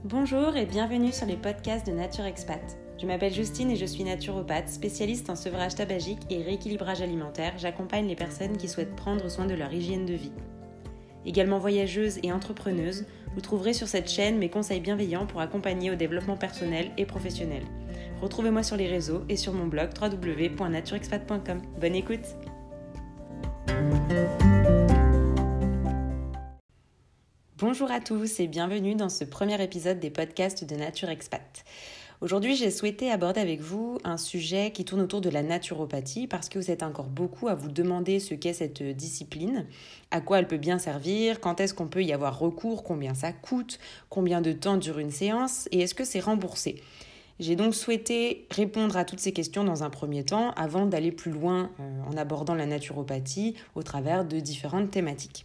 Bonjour et bienvenue sur les podcasts de Nature Expat. Je m'appelle Justine et je suis naturopathe, spécialiste en sevrage tabagique et rééquilibrage alimentaire. J'accompagne les personnes qui souhaitent prendre soin de leur hygiène de vie. Également voyageuse et entrepreneuse, vous trouverez sur cette chaîne mes conseils bienveillants pour accompagner au développement personnel et professionnel. Retrouvez-moi sur les réseaux et sur mon blog www.naturexpat.com. Bonne écoute! Bonjour à tous et bienvenue dans ce premier épisode des podcasts de Nature Expat. Aujourd'hui, j'ai souhaité aborder avec vous un sujet qui tourne autour de la naturopathie parce que vous êtes encore beaucoup à vous demander ce qu'est cette discipline, à quoi elle peut bien servir, quand est-ce qu'on peut y avoir recours, combien ça coûte, combien de temps dure une séance et est-ce que c'est remboursé. J'ai donc souhaité répondre à toutes ces questions dans un premier temps avant d'aller plus loin en abordant la naturopathie au travers de différentes thématiques.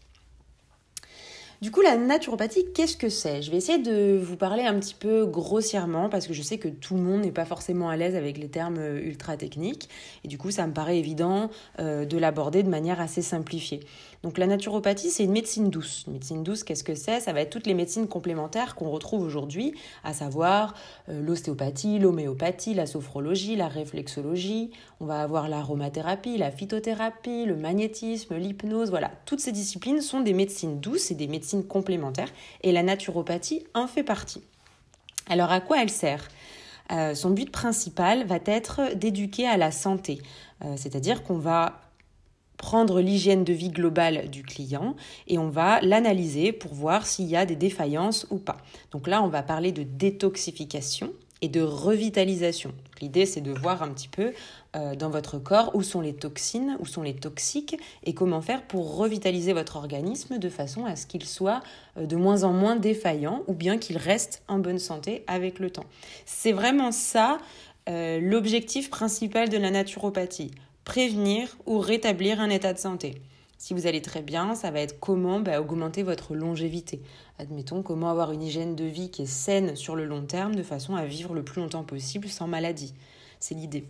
Du coup, la naturopathie, qu'est-ce que c'est ? Je vais essayer de vous parler un petit peu grossièrement parce que je sais que tout le monde n'est pas forcément à l'aise avec les termes ultra techniques. Et du coup, ça me paraît évident de l'aborder de manière assez simplifiée. Donc la naturopathie, c'est une médecine douce. Une médecine douce, qu'est-ce que c'est ? Ça va être toutes les médecines complémentaires qu'on retrouve aujourd'hui, à savoir l'ostéopathie, l'homéopathie, la sophrologie, la réflexologie. On va avoir l'aromathérapie, la phytothérapie, le magnétisme, l'hypnose. Voilà, toutes ces disciplines sont des médecines douces et des médecines complémentaires. Et la naturopathie en fait partie. Alors à quoi elle sert ? Son but principal va être d'éduquer à la santé. C'est-à-dire qu'on va prendre l'hygiène de vie globale du client et on va l'analyser pour voir s'il y a des défaillances ou pas. Donc là, on va parler de détoxification et de revitalisation. L'idée, c'est de voir un petit peu dans votre corps où sont les toxines, où sont les toxiques et comment faire pour revitaliser votre organisme de façon à ce qu'il soit de moins en moins défaillant ou bien qu'il reste en bonne santé avec le temps. C'est vraiment ça l'objectif principal de la naturopathie. Prévenir ou rétablir un état de santé. Si vous allez très bien, ça va être comment augmenter votre longévité. Admettons, comment avoir une hygiène de vie qui est saine sur le long terme de façon à vivre le plus longtemps possible sans maladie. C'est l'idée.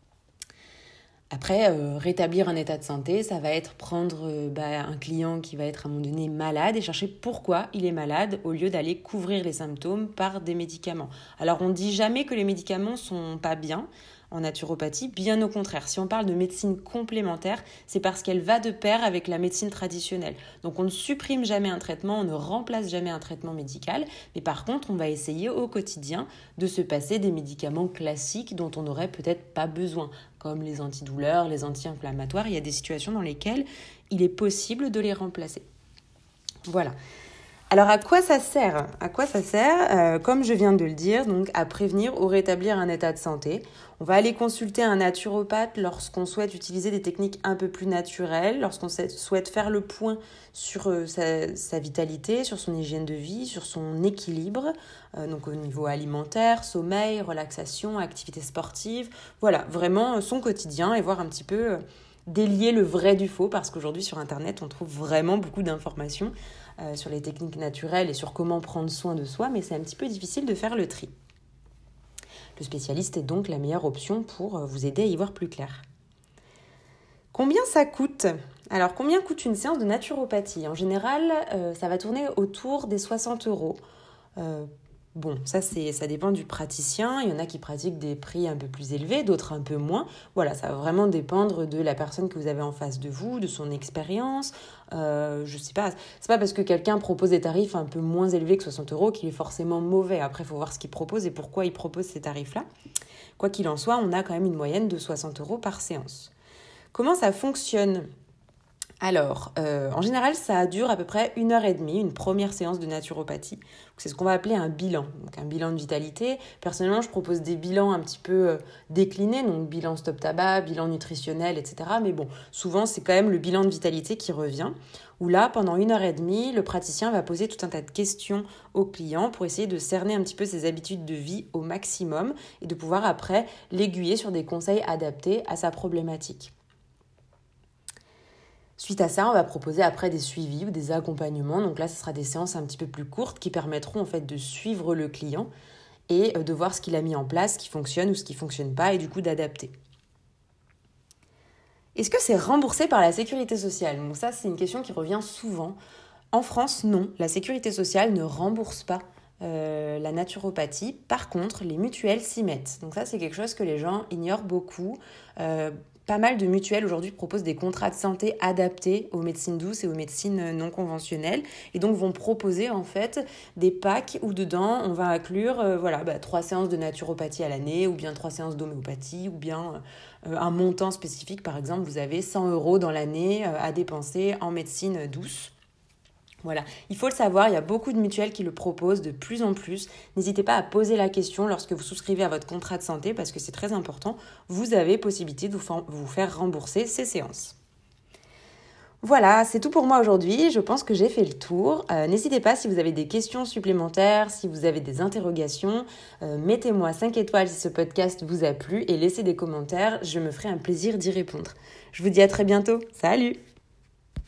Après, rétablir un état de santé, ça va être prendre un client qui va être à un moment donné malade et chercher pourquoi il est malade au lieu d'aller couvrir les symptômes par des médicaments. Alors, on ne dit jamais que les médicaments ne sont pas bien en naturopathie, bien au contraire. Si on parle de médecine complémentaire, c'est parce qu'elle va de pair avec la médecine traditionnelle. Donc on ne supprime jamais un traitement, on ne remplace jamais un traitement médical, mais par contre on va essayer au quotidien de se passer des médicaments classiques dont on n'aurait peut-être pas besoin, comme les antidouleurs, les anti-inflammatoires. Il y a des situations dans lesquelles il est possible de les remplacer. Voilà. Alors à quoi ça sert ? Comme je viens de le dire, donc à prévenir ou rétablir un état de santé. On va aller consulter un naturopathe lorsqu'on souhaite utiliser des techniques un peu plus naturelles, lorsqu'on souhaite faire le point sur sa vitalité, sur son hygiène de vie, sur son équilibre, donc au niveau alimentaire, sommeil, relaxation, activité sportive. Voilà, vraiment son quotidien et voir un petit peu délier le vrai du faux parce qu'aujourd'hui sur Internet, on trouve vraiment beaucoup d'informations sur les techniques naturelles et sur comment prendre soin de soi, mais c'est un petit peu difficile de faire le tri. Le spécialiste est donc la meilleure option pour vous aider à y voir plus clair. Combien ça coûte ? Alors, combien coûte une séance de naturopathie ? En général, ça va tourner autour des 60 €. Ça dépend du praticien. Il y en a qui pratiquent des prix un peu plus élevés, d'autres un peu moins. Voilà, ça va vraiment dépendre de la personne que vous avez en face de vous, de son expérience. Je sais pas, c'est pas parce que quelqu'un propose des tarifs un peu moins élevés que 60 € qu'il est forcément mauvais. Après, il faut voir ce qu'il propose et pourquoi il propose ces tarifs-là. Quoi qu'il en soit, on a quand même une moyenne de 60 € par séance. Comment ça fonctionne ? Alors, en général, ça dure à peu près 1h30, une première séance de naturopathie. C'est ce qu'on va appeler un bilan, donc un bilan de vitalité. Personnellement, je propose des bilans un petit peu déclinés, donc bilan stop tabac, bilan nutritionnel, etc. Mais bon, souvent, c'est quand même le bilan de vitalité qui revient, où là, pendant 1h30, le praticien va poser tout un tas de questions au client pour essayer de cerner un petit peu ses habitudes de vie au maximum et de pouvoir après l'aiguiller sur des conseils adaptés à sa problématique. Suite à ça, on va proposer après des suivis ou des accompagnements. Donc là, ce sera des séances un petit peu plus courtes qui permettront en fait de suivre le client et de voir ce qu'il a mis en place, ce qui fonctionne ou ce qui ne fonctionne pas et du coup d'adapter. Est-ce que c'est remboursé par la sécurité sociale ? Donc ça, c'est une question qui revient souvent. En France, non. La sécurité sociale ne rembourse pas la naturopathie. Par contre, les mutuelles s'y mettent. Donc ça, c'est quelque chose que les gens ignorent beaucoup. Pas mal de mutuelles aujourd'hui proposent des contrats de santé adaptés aux médecines douces et aux médecines non conventionnelles et donc vont proposer en fait des packs où dedans on va inclure 3 séances de naturopathie à l'année ou bien 3 séances d'homéopathie ou bien un montant spécifique. Par exemple, vous avez 100 € dans l'année à dépenser en médecine douce. Voilà, il faut le savoir, il y a beaucoup de mutuelles qui le proposent de plus en plus. N'hésitez pas à poser la question lorsque vous souscrivez à votre contrat de santé parce que c'est très important. Vous avez possibilité de vous faire rembourser ces séances. Voilà, c'est tout pour moi aujourd'hui. Je pense que j'ai fait le tour. N'hésitez pas si vous avez des questions supplémentaires, si vous avez des interrogations. Mettez-moi 5 étoiles si ce podcast vous a plu et laissez des commentaires. Je me ferai un plaisir d'y répondre. Je vous dis à très bientôt. Salut!